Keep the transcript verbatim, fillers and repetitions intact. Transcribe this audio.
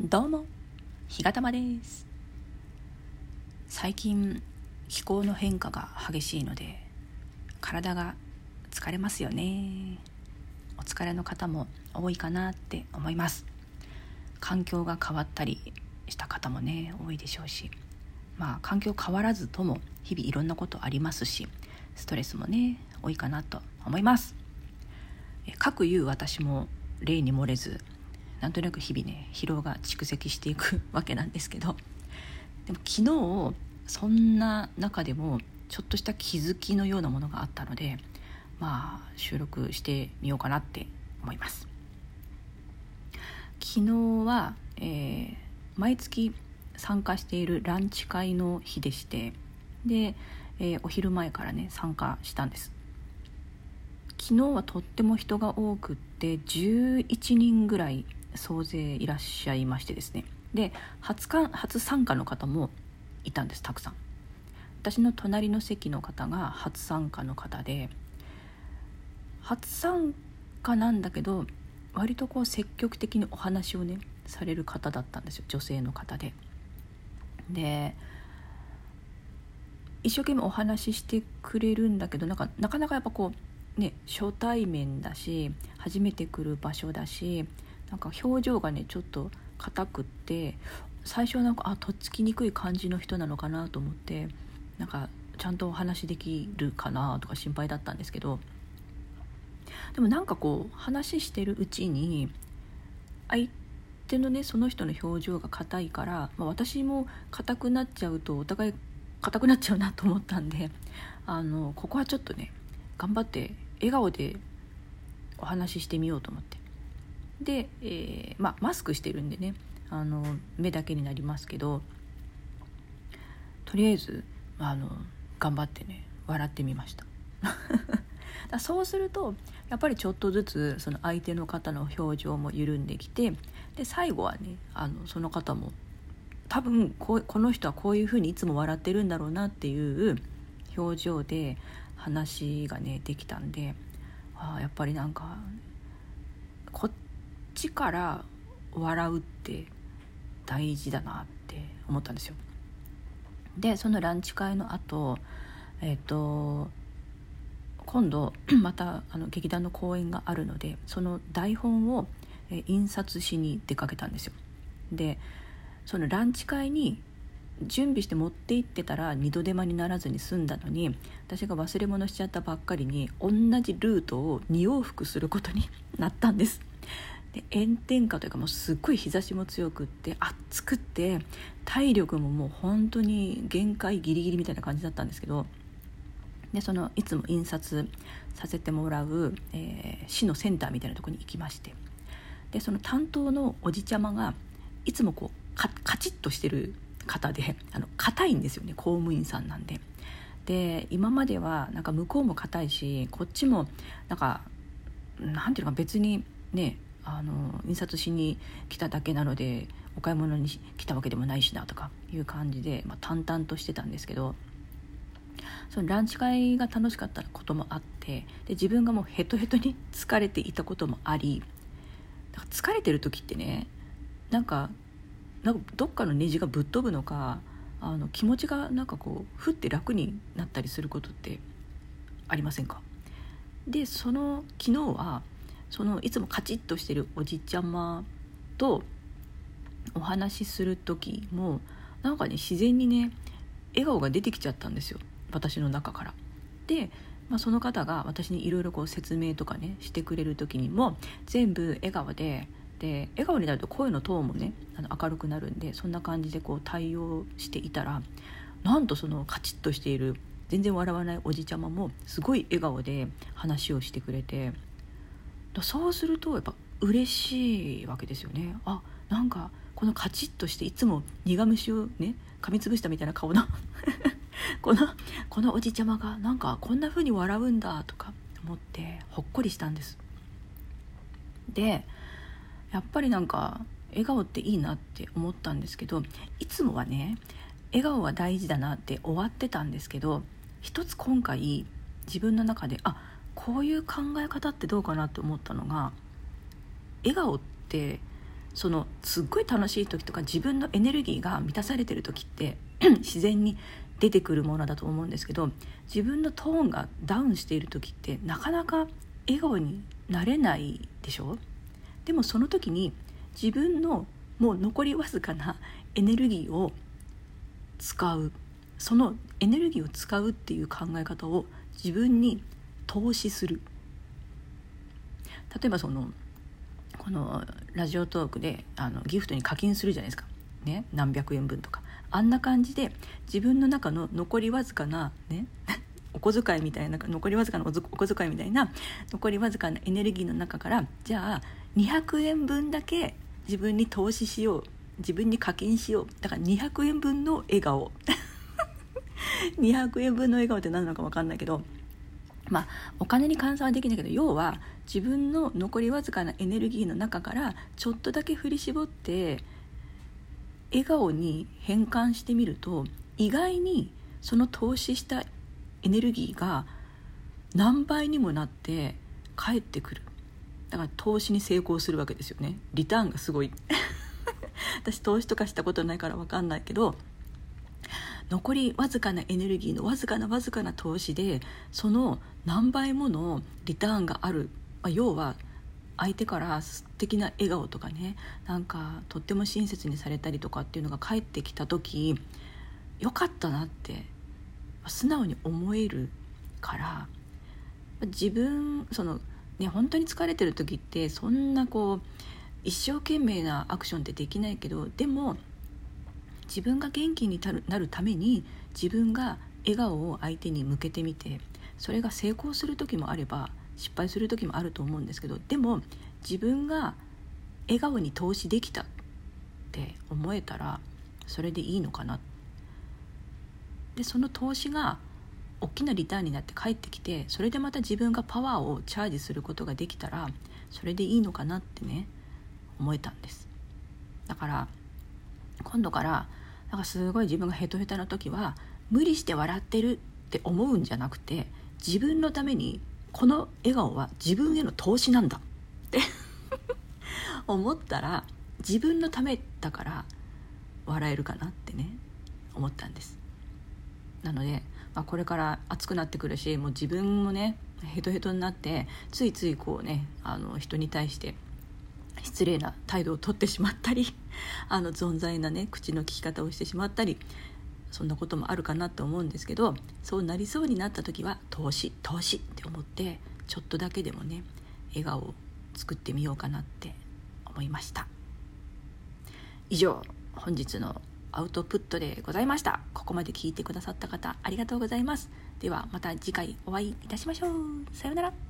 どうも、ひがたまです。最近気候の変化が激しいので体が疲れますよね。お疲れの方も多いかなって思います。環境が変わったりした方もね多いでしょうし、まあ環境変わらずとも日々いろんなことありますし、ストレスもね多いかなと思います。かくいう私も例に漏れず、なんとなく日々ね疲労が蓄積していくわけなんですけど、でも昨日そんな中でもちょっとした気づきのようなものがあったので、まあ収録してみようかなって思います。昨日は、えー、毎月参加しているランチ会の日でして、で、えー、お昼前からね参加したんです。昨日はとっても人が多くってじゅういちにんぐらい総勢いらっしゃいましてですね、で 初, か初参加の方もいたんです。たくさん。私の隣の席の方が初参加の方で、初参加なんだけど割とこう積極的にお話をねされる方だったんですよ。女性の方で、で一生懸命お話ししてくれるんだけど、なんかなかなかやっぱこうね初対面だし初めて来る場所だし、なんか表情がねちょっと硬くって、最初はなんかあとっつきにくい感じの人なのかなと思って、なんかちゃんとお話できるかなとか心配だったんですけど、でもなんかこう話してるうちに相手のねその人の表情が硬いから、まあ、私も硬くなっちゃうとお互い硬くなっちゃうなと思ったんで、あのここはちょっとね頑張って笑顔でお話ししてみようと思って、で、えーまあ、マスクしてるんでねあの目だけになりますけど、とりあえずあの頑張ってね笑ってみましただそうするとやっぱりちょっとずつその相手の方の表情も緩んできて、で最後はねあのその方も多分こうこの人はこういうふうにいつも笑ってるんだろうなっていう表情で話がねできたんで、あやっぱりなんかこっちから笑うって大事だなって思ったんですよ。でそのランチ会の後、えっと今度またあの劇団の公演があるので、その台本をえ印刷しに出かけたんですよ。でそのランチ会に準備して持って行ってたら二度手間にならずに済んだのに、私が忘れ物しちゃったばっかりに同じルートをに往復することになったんです。で炎天下というかもうすっごい日差しも強くって暑くって体力ももう本当に限界ギリギリみたいな感じだったんですけど、でそのいつも印刷させてもらう、えー、市のセンターみたいなところに行きまして、でその担当のおじちゃまがいつもこうカカチッとしてる方で、あの硬いんですよね、公務員さんなんで。で今まではなんか向こうも硬いしこっちもなんかなんていうのか別にねあの印刷しに来ただけなのでお買い物に来たわけでもないしなとかいう感じで、まあ、淡々としてたんですけど、そのランチ会が楽しかったこともあって、で自分がもうヘトヘトに疲れていたこともあり、だから疲れてる時ってねなんかなんかどっかのネジがぶっ飛ぶのか、あの気持ちがなんかこうふって楽になったりすることってありませんか？でその昨日はそのいつもカチッとしてるおじちゃまとお話しする時もなんかね自然にね笑顔が出てきちゃったんですよ、私の中から。で、まあ、その方が私にいろいろこう説明とかねしてくれる時にも全部笑顔で、で笑顔になると声のトーンもねあの明るくなるんで、そんな感じでこう対応していたら、なんとそのカチッとしている全然笑わないおじちゃまもすごい笑顔で話をしてくれて、だそうするとやっぱ嬉しいわけですよね。あなんかこのカチッとしていつも苦虫をね噛みつぶしたみたいな顔のこのこのおじちゃまがなんかこんな風に笑うんだとか思ってほっこりしたんです。でやっぱりなんか笑顔っていいなって思ったんですけど、いつもはね笑顔は大事だなって終わってたんですけど、一つ今回自分の中であこういう考え方ってどうかなって思ったのが、笑顔ってそのすっごい楽しい時とか自分のエネルギーが満たされてる時って自然に出てくるものだと思うんですけど、自分のトーンがダウンしている時ってなかなか笑顔になれないでしょ。でもその時に自分のもう残りわずかなエネルギーを使う、そのエネルギーを使うっていう考え方を自分に投資する。例えばそのこのラジオトークであのギフトに課金するじゃないですか、ね、何百円分とか、あんな感じで自分の中の残りわずかなねお小遣いみたいな残りわずかなお小遣いみたいな残りわずかなエネルギーの中から、じゃあにひゃくえんぶんだけ自分に投資しよう、自分に課金しよう。だからにひゃくえんぶんの笑顔にひゃくえんぶんの笑顔って何なのか分かんないけど、まあお金に換算はできないけど、要は自分の残りわずかなエネルギーの中からちょっとだけ振り絞って笑顔に変換してみると、意外にその投資したエネルギーが何倍にもなって返ってくる。だから投資に成功するわけですよね。リターンがすごい私投資とかしたことないから分かんないけど、残りわずかなエネルギーのわずかなわずかな投資でその何倍ものリターンがある、まあ、要は相手から素敵な笑顔とかね、なんかとっても親切にされたりとかっていうのが返ってきた時、よかったなって素直に思えるから、自分そのね本当に疲れてる時ってそんなこう一生懸命なアクションってできないけど、でも自分が元気になるために自分が笑顔を相手に向けてみて、それが成功する時もあれば失敗する時もあると思うんですけど、でも自分が笑顔に投資できたって思えたらそれでいいのかな。でその投資が大きなリターンになって帰ってきて、それでまた自分がパワーをチャージすることができたらそれでいいのかなってね思えたんです。だから今度からなんかすごい自分がヘトヘトな時は無理して笑ってるって思うんじゃなくて、自分のためにこの笑顔は自分への投資なんだって思ったら、自分のためだから笑えるかなってね思ったんです。なので、まあ、これから暑くなってくるし、もう自分もねヘトヘトになってついついこうねあの人に対して失礼な態度をとってしまったりあの存在なね口の利き方をしてしまったり、そんなこともあるかなと思うんですけど、そうなりそうになった時は投資投資って思ってちょっとだけでもね笑顔を作ってみようかなって思いました。以上本日のアウトプットでございました。ここまで聞いてくださった方ありがとうございます。ではまた次回お会いいたしましょう。さようなら。